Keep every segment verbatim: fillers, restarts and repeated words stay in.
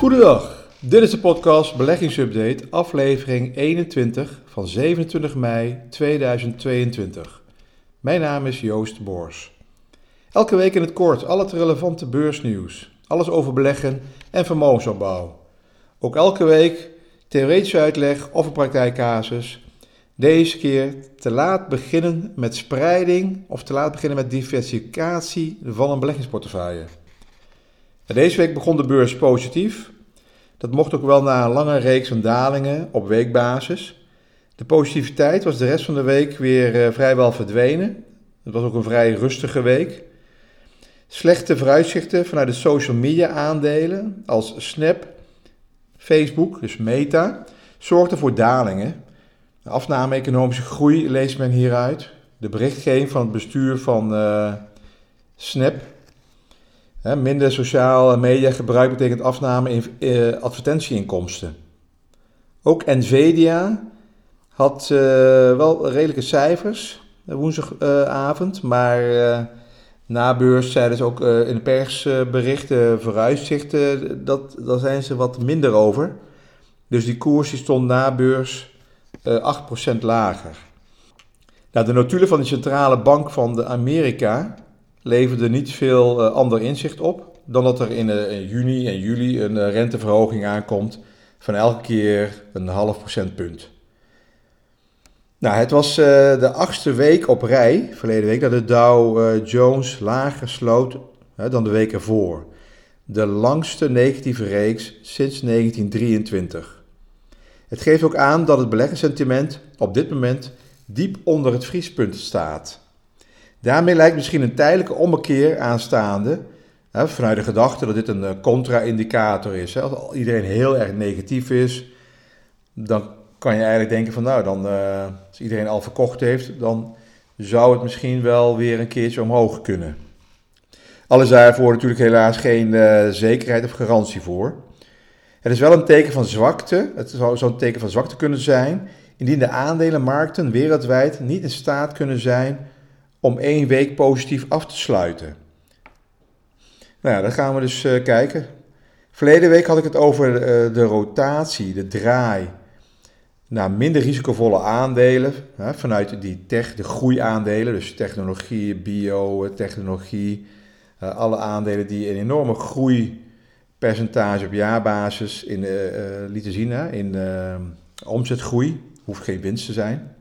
Goedendag, dit is de podcast Beleggingsupdate, aflevering eenentwintig van zevenentwintig mei tweeduizend tweeëntwintig. Mijn naam is Joost Bors. Elke week in het kort al het relevante beursnieuws, alles over beleggen en vermogensopbouw. Ook elke week theoretische uitleg of een praktijkcasus. Deze keer te laat beginnen met spreiding of te laat beginnen met diversificatie van een beleggingsportefeuille. Deze week begon de beurs positief. Dat mocht ook wel na een lange reeks van dalingen op weekbasis. De positiviteit was de rest van de week weer uh, vrijwel verdwenen. Het was ook een vrij rustige week. Slechte vooruitzichten vanuit de social media aandelen als Snap, Facebook, dus Meta, zorgden voor dalingen. De afname economische groei leest men hieruit. De berichtgeving van het bestuur van uh, Snap. He, minder sociaal media gebruik betekent afname in uh, advertentieinkomsten. Ook Nvidia had uh, wel redelijke cijfers uh, woensdagavond, maar uh, na beurs zeiden ze ook uh, in de persberichten vooruitzichten, dat, daar zijn ze wat minder over. Dus die koers die stond na beurs uh, acht procent lager. Nou, de notulen van de centrale bank van de Amerika leverde niet veel uh, ander inzicht op dan dat er in, uh, in juni en juli een uh, renteverhoging aankomt van elke keer een half procentpunt. Nou, het was uh, de achtste week op rij, verleden week, dat de Dow uh, Jones lager sloot uh, dan de week ervoor. De langste negatieve reeks sinds negentien drieëntwintig. Het geeft ook aan dat het beleggerssentiment op dit moment diep onder het vriespunt staat. Daarmee lijkt misschien een tijdelijke ommekeer aanstaande, hè, vanuit de gedachte dat dit een contra-indicator is. Hè. Als iedereen heel erg negatief is, dan kan je eigenlijk denken van nou, dan, uh, als iedereen al verkocht heeft, dan zou het misschien wel weer een keertje omhoog kunnen. Al is daarvoor natuurlijk helaas geen uh, zekerheid of garantie voor. Het is wel een teken van zwakte, het zou zo'n teken van zwakte kunnen zijn, indien de aandelenmarkten wereldwijd niet in staat kunnen zijn om één week positief af te sluiten. Nou ja, dan gaan we dus uh, kijken. Verleden week had ik het over uh, de rotatie, de draai naar minder risicovolle aandelen, hè, vanuit die tech, de groeiaandelen, dus technologie, biotechnologie, uh, alle aandelen die een enorme groeipercentage op jaarbasis in, uh, uh, lieten zien, hè, in uh, omzetgroei, hoeft geen winst te zijn.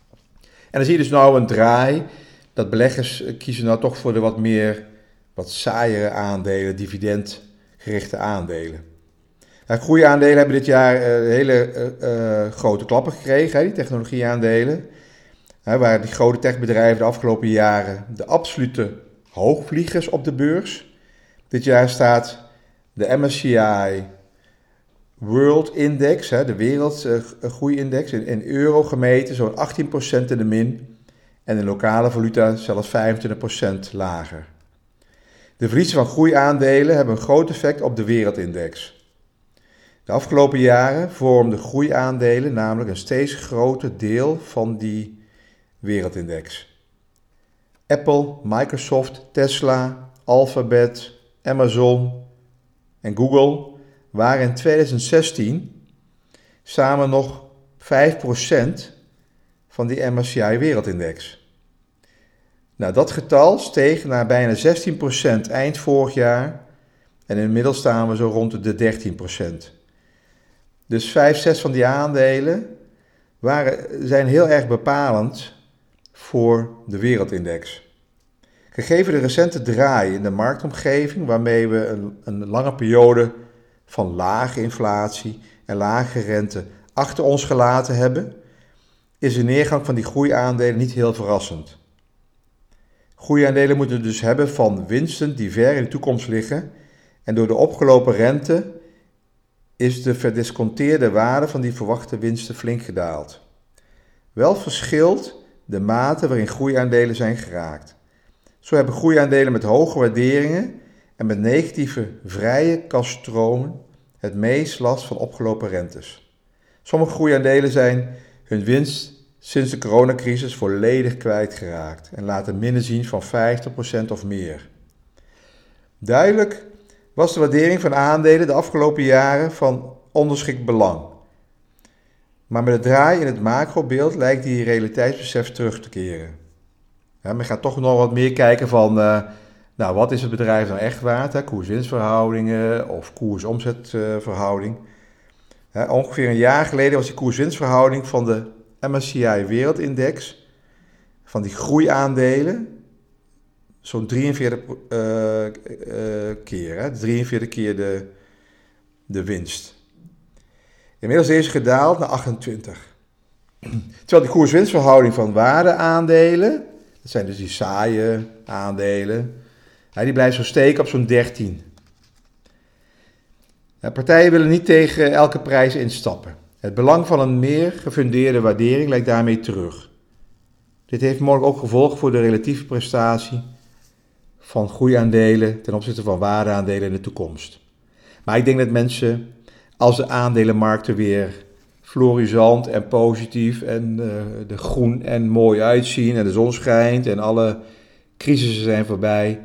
En dan zie je dus nou een draai, dat beleggers kiezen nou toch voor de wat meer, wat saaiere aandelen, dividendgerichte aandelen. Nou, groeiaandelen hebben dit jaar uh, hele uh, uh, grote klappen gekregen, hè, die technologieaandelen. Hè, waar die grote techbedrijven de afgelopen jaren de absolute hoogvliegers op de beurs. Dit jaar staat de M S C I World Index, hè, de wereldgroeiindex, uh, in, in euro gemeten zo'n achttien procent in de min. En in lokale valuta zelfs vijfentwintig procent lager. De verliezen van groeiaandelen hebben een groot effect op de wereldindex. De afgelopen jaren vormden groeiaandelen namelijk een steeds groter deel van die wereldindex. Apple, Microsoft, Tesla, Alphabet, Amazon en Google waren in tweeduizend zestien samen nog vijf procent van die M S C I wereldindex. Nou, dat getal steeg naar bijna zestien procent eind vorig jaar en inmiddels staan we zo rond de dertien procent. Dus vijf, zes van die aandelen waren, zijn heel erg bepalend voor de wereldindex. Gegeven de recente draai in de marktomgeving, waarmee we een, een lange periode van lage inflatie en lage rente achter ons gelaten hebben, is de neergang van die groeiaandelen niet heel verrassend. Groeiaandelen moeten dus hebben van winsten die ver in de toekomst liggen en door de opgelopen rente is de verdisconteerde waarde van die verwachte winsten flink gedaald. Wel verschilt de mate waarin groeiaandelen zijn geraakt. Zo hebben groeiaandelen met hoge waarderingen en met negatieve vrije kasstromen het meest last van opgelopen rentes. Sommige groeiaandelen zijn hun winst sinds de coronacrisis volledig kwijtgeraakt en laten minnen zien van vijftig procent of meer. Duidelijk was de waardering van aandelen de afgelopen jaren van onderschikt belang. Maar met het draai in het macrobeeld lijkt die realiteitsbesef terug te keren. Ja, men gaat toch nog wat meer kijken van, uh, nou, wat is het bedrijf nou echt waard? Hè? Koers-winstverhoudingen of koers-omzetverhouding. Ja, ongeveer een jaar geleden was die koers-winstverhouding van de M S C I Wereldindex, van die groeiaandelen, zo'n drieënveertig uh, uh, keer. Hè? drieënveertig keer de, de winst. Inmiddels is deze gedaald naar achtentwintig. Terwijl die koers-winstverhouding van waardeaandelen, dat zijn dus die saaie aandelen, ja, die blijft zo steken op zo'n dertien. Ja, partijen willen niet tegen elke prijs instappen. Het belang van een meer gefundeerde waardering lijkt daarmee terug. Dit heeft mogelijk ook gevolgen voor de relatieve prestatie van groeiaandelen ten opzichte van waardeaandelen in de toekomst. Maar ik denk dat mensen, als de aandelenmarkten weer florisant en positief en uh, er groen en mooi uitzien en de zon schijnt en alle crisissen zijn voorbij,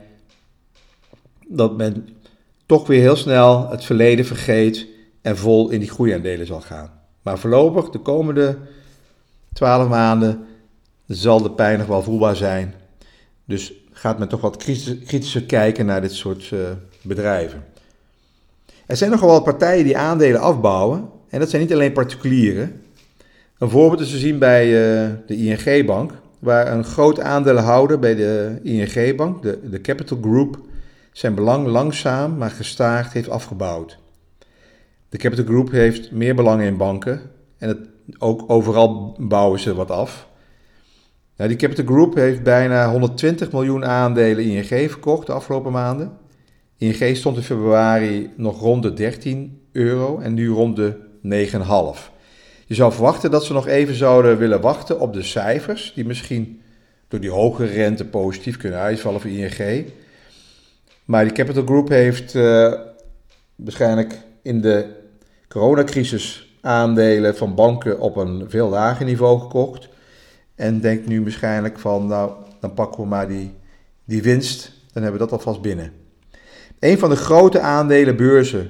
dat men toch weer heel snel het verleden vergeet en vol in die groeiaandelen zal gaan. Maar voorlopig, de komende twaalf maanden, zal de pijn nog wel voelbaar zijn. Dus gaat men toch wat kritischer kijken naar dit soort uh, bedrijven. Er zijn nogal wat partijen die aandelen afbouwen. En dat zijn niet alleen particulieren. Een voorbeeld is te zien bij uh, de I N G-bank, waar een groot aandeelhouder bij de I N G-bank, de, de Capital Group, zijn belang langzaam maar gestaag heeft afgebouwd. De Capital Group heeft meer belangen in banken en het, ook overal bouwen ze wat af. Nou, die Capital Group heeft bijna honderdtwintig miljoen aandelen I N G verkocht de afgelopen maanden. I N G stond in februari nog rond de dertien euro en nu rond de negen komma vijf. Je zou verwachten dat ze nog even zouden willen wachten op de cijfers, die misschien door die hoge rente positief kunnen uitvallen voor I N G. Maar die Capital Group heeft uh, waarschijnlijk in de coronacrisis aandelen van banken op een veel lager niveau gekocht. En denkt nu waarschijnlijk van, nou, dan pakken we maar die, die winst, dan hebben we dat alvast binnen. Een van de grote aandelenbeurzen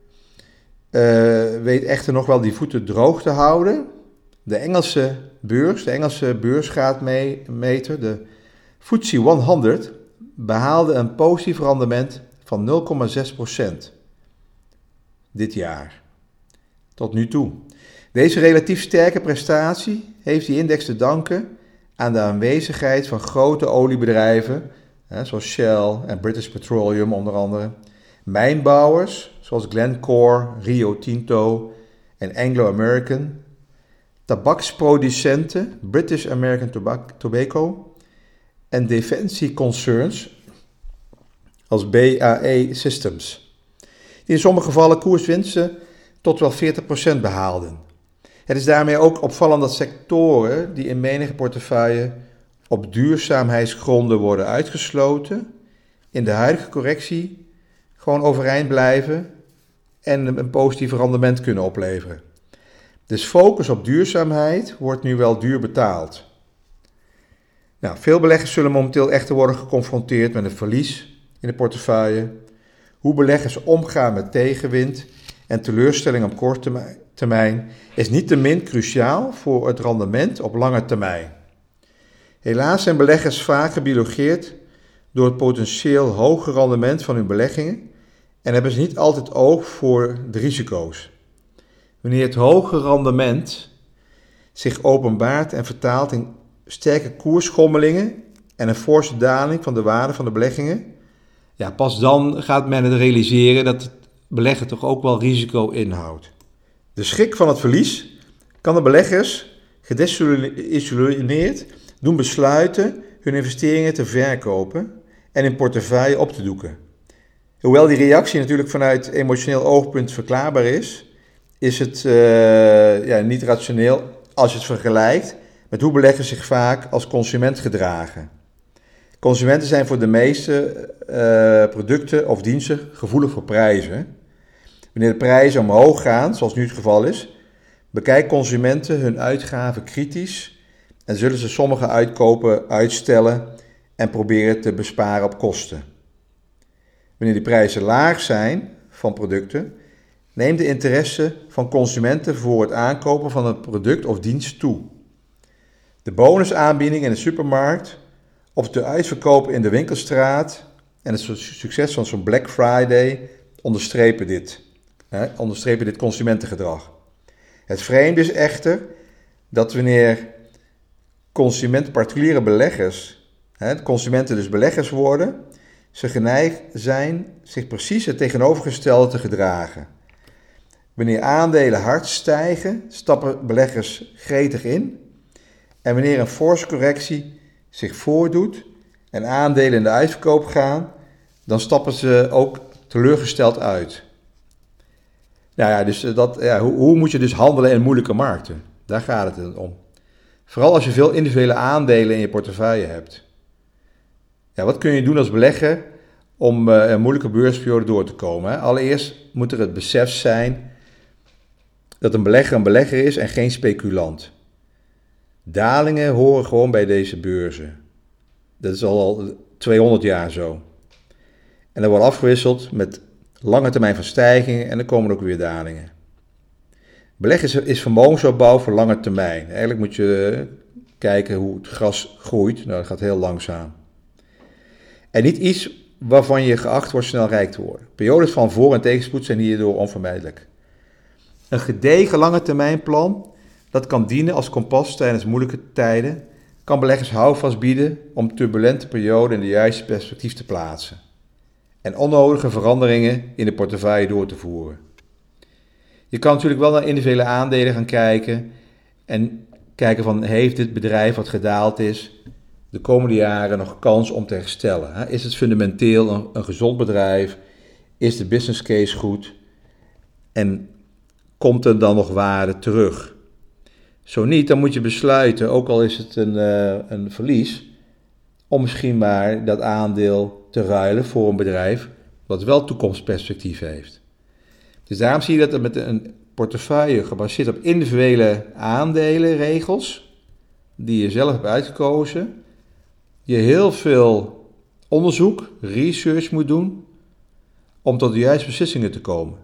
uh, weet echter nog wel die voeten droog te houden. De Engelse beurs, de Engelse beursgraadmeter, de F T S E honderd, behaalde een positief rendement van nul komma zes procent dit jaar, tot nu toe. Deze relatief sterke prestatie heeft die index te danken aan de aanwezigheid van grote oliebedrijven, hè, zoals Shell en British Petroleum onder andere, mijnbouwers zoals Glencore, Rio Tinto en Anglo American, tabaksproducenten British American Tobacco en defensieconcerns als B A E Systems, die in sommige gevallen koerswinsten tot wel veertig procent behaalden. Het is daarmee ook opvallend dat sectoren die in menige portefeuille op duurzaamheidsgronden worden uitgesloten, in de huidige correctie gewoon overeind blijven en een positief rendement kunnen opleveren. Dus focus op duurzaamheid wordt nu wel duur betaald. Nou, veel beleggers zullen momenteel echter worden geconfronteerd met een verlies in de portefeuille. Hoe beleggers omgaan met tegenwind en teleurstelling op korte termijn is niettemin cruciaal voor het rendement op lange termijn. Helaas zijn beleggers vaak gebiologeerd door het potentieel hoge rendement van hun beleggingen en hebben ze niet altijd oog voor de risico's. Wanneer het hoge rendement zich openbaart en vertaalt in sterke koersschommelingen en een forse daling van de waarde van de beleggingen, ja, pas dan gaat men het realiseren dat het beleggen toch ook wel risico inhoudt. De schrik van het verlies kan de beleggers gedesillusioneerd doen besluiten hun investeringen te verkopen en in portefeuille op te doeken. Hoewel die reactie natuurlijk vanuit emotioneel oogpunt verklaarbaar is, is het uh, ja, niet rationeel als je het vergelijkt met hoe beleggers zich vaak als consument gedragen. Consumenten zijn voor de meeste uh, producten of diensten gevoelig voor prijzen. Wanneer de prijzen omhoog gaan, zoals nu het geval is, bekijken consumenten hun uitgaven kritisch en zullen ze sommige uitkopen uitstellen en proberen te besparen op kosten. Wanneer de prijzen laag zijn van producten, neemt de interesse van consumenten voor het aankopen van een product of dienst toe. De bonusaanbieding in de supermarkt of de uitverkoop in de winkelstraat en het succes van zo'n Black Friday onderstrepen dit, hè, onderstrepen dit consumentengedrag. Het vreemde is echter dat wanneer consumenten, particuliere beleggers, hè, consumenten dus beleggers worden, ze geneigd zijn zich precies het tegenovergestelde te gedragen. Wanneer aandelen hard stijgen, stappen beleggers gretig in. En wanneer een forse correctie zich voordoet en aandelen in de uitverkoop gaan, dan stappen ze ook teleurgesteld uit. Nou ja, dus dat, ja, hoe, hoe moet je dus handelen in moeilijke markten? Daar gaat het om. Vooral als je veel individuele aandelen in je portefeuille hebt. Ja, wat kun je doen als belegger om uh, een moeilijke beursperiode door te komen? Hè? Allereerst moet er het besef zijn dat een belegger een belegger is en geen speculant. Dalingen horen gewoon bij deze beurzen. Dat is al tweehonderd jaar zo. En dat wordt afgewisseld met lange termijn van stijgingen en dan komen er ook weer dalingen. Beleggen is vermogensopbouw voor lange termijn. Eigenlijk moet je kijken hoe het gras groeit. Nou, dat gaat heel langzaam. En niet iets waarvan je geacht wordt snel rijk te worden. Periodes van voor- en tegenspoed zijn hierdoor onvermijdelijk. Een gedegen lange termijn plan, dat kan dienen als kompas tijdens moeilijke tijden, kan beleggers houvast bieden om turbulente perioden in de juiste perspectief te plaatsen. En onnodige veranderingen in de portefeuille door te voeren. Je kan natuurlijk wel naar individuele aandelen gaan kijken en kijken van, heeft dit bedrijf wat gedaald is de komende jaren nog kans om te herstellen? Is het fundamenteel een, een gezond bedrijf? Is de business case goed? En komt er dan nog waarde terug? Zo niet, dan moet je besluiten, ook al is het een, uh, een verlies, om misschien maar dat aandeel te ruilen voor een bedrijf wat wel toekomstperspectief heeft. Dus daarom zie je dat er met een portefeuille gebaseerd op individuele aandelenregels, die je zelf hebt uitgekozen, je heel veel onderzoek, research moet doen, om tot de juiste beslissingen te komen.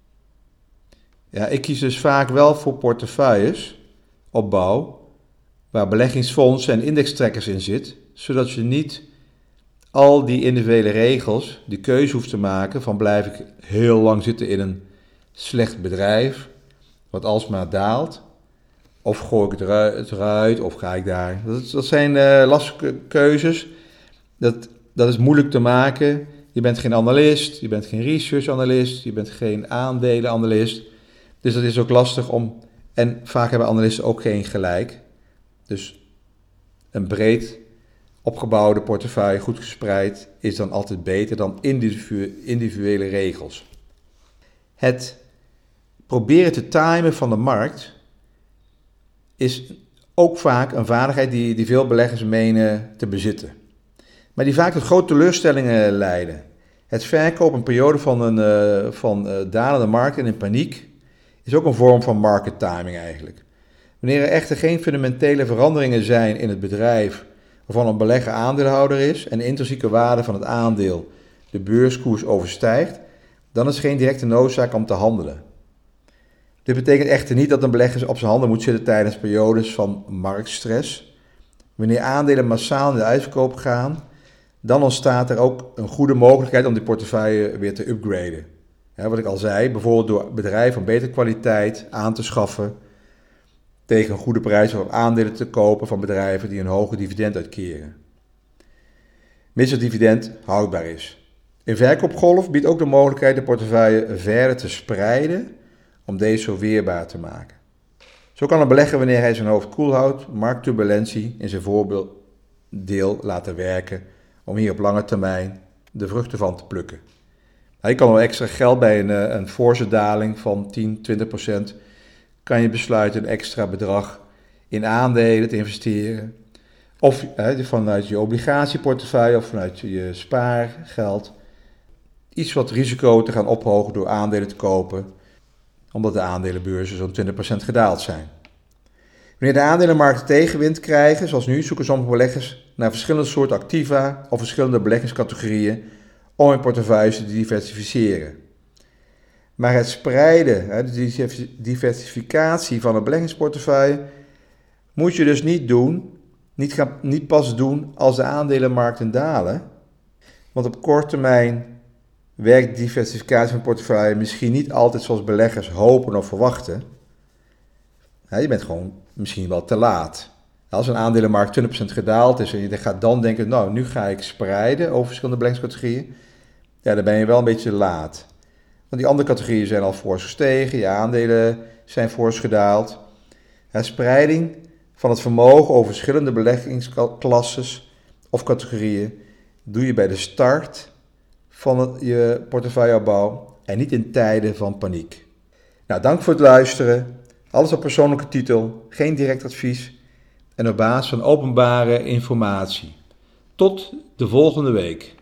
Ja, ik kies dus vaak wel voor portefeuilles opbouw, waar beleggingsfondsen en indextrekkers in zitten, zodat je niet al die individuele regels, die keuze hoeft te maken van blijf ik heel lang zitten in een slecht bedrijf, wat alsmaar daalt, of gooi ik het eruit, of ga ik daar. Dat, dat zijn uh, lastige keuzes, dat, dat is moeilijk te maken. Je bent geen analist, je bent geen research analist, je bent geen aandelenanalist, dus dat is ook lastig om, en vaak hebben analisten ook geen gelijk. Dus een breed opgebouwde portefeuille, goed gespreid, is dan altijd beter dan individuele regels. Het proberen te timen van de markt is ook vaak een vaardigheid die, die veel beleggers menen te bezitten. Maar die vaak tot grote teleurstellingen leiden. Het verkopen een periode van een uh, van, uh, dalende markt en in paniek is ook een vorm van market timing eigenlijk. Wanneer er echter geen fundamentele veranderingen zijn in het bedrijf waarvan een belegger aandeelhouder is en de intrinsieke waarde van het aandeel de beurskoers overstijgt, dan is geen directe noodzaak om te handelen. Dit betekent echter niet dat een belegger op zijn handen moet zitten tijdens periodes van marktstress. Wanneer aandelen massaal in de uitverkoop gaan, dan ontstaat er ook een goede mogelijkheid om die portefeuille weer te upgraden. Ja, wat ik al zei, bijvoorbeeld door bedrijven van betere kwaliteit aan te schaffen, tegen een goede prijs of aandelen te kopen van bedrijven die een hoge dividend uitkeren. Mits het dividend houdbaar is. Een verkoopgolf biedt ook de mogelijkheid de portefeuille verder te spreiden om deze zo weerbaar te maken. Zo kan een belegger, wanneer hij zijn hoofd koel houdt, marktturbulentie in zijn voordeel laten werken om hier op lange termijn de vruchten van te plukken. Je kan wel extra geld bij een, een forse daling van tien, twintig procent kan je besluiten een extra bedrag in aandelen te investeren. Of hè, vanuit je obligatieportefeuille of vanuit je spaargeld iets wat risico te gaan ophogen door aandelen te kopen, omdat de aandelenbeurzen zo'n twintig procent gedaald zijn. Wanneer de aandelenmarkten tegenwind krijgen, zoals nu, zoeken sommige beleggers naar verschillende soorten activa of verschillende beleggingscategorieën om je portefeuille te diversificeren. Maar het spreiden, de diversificatie van een beleggingsportefeuille, moet je dus niet doen, niet, gaan, niet pas doen als de aandelenmarkten dalen. Want op korte termijn werkt diversificatie van een portefeuille misschien niet altijd zoals beleggers hopen of verwachten. Je bent gewoon misschien wel te laat. Als een aandelenmarkt twintig procent gedaald is en je gaat dan denken, nou, nu ga ik spreiden over verschillende beleggingscategorieën. Ja, dan ben je wel een beetje laat. Want die andere categorieën zijn al fors gestegen, je aandelen zijn fors gedaald. Ja, spreiding van het vermogen over verschillende beleggingsklasses of categorieën doe je bij de start van het, je portefeuilleopbouw en niet in tijden van paniek. Nou, dank voor het luisteren. Alles op persoonlijke titel, geen direct advies en op basis van openbare informatie. Tot de volgende week.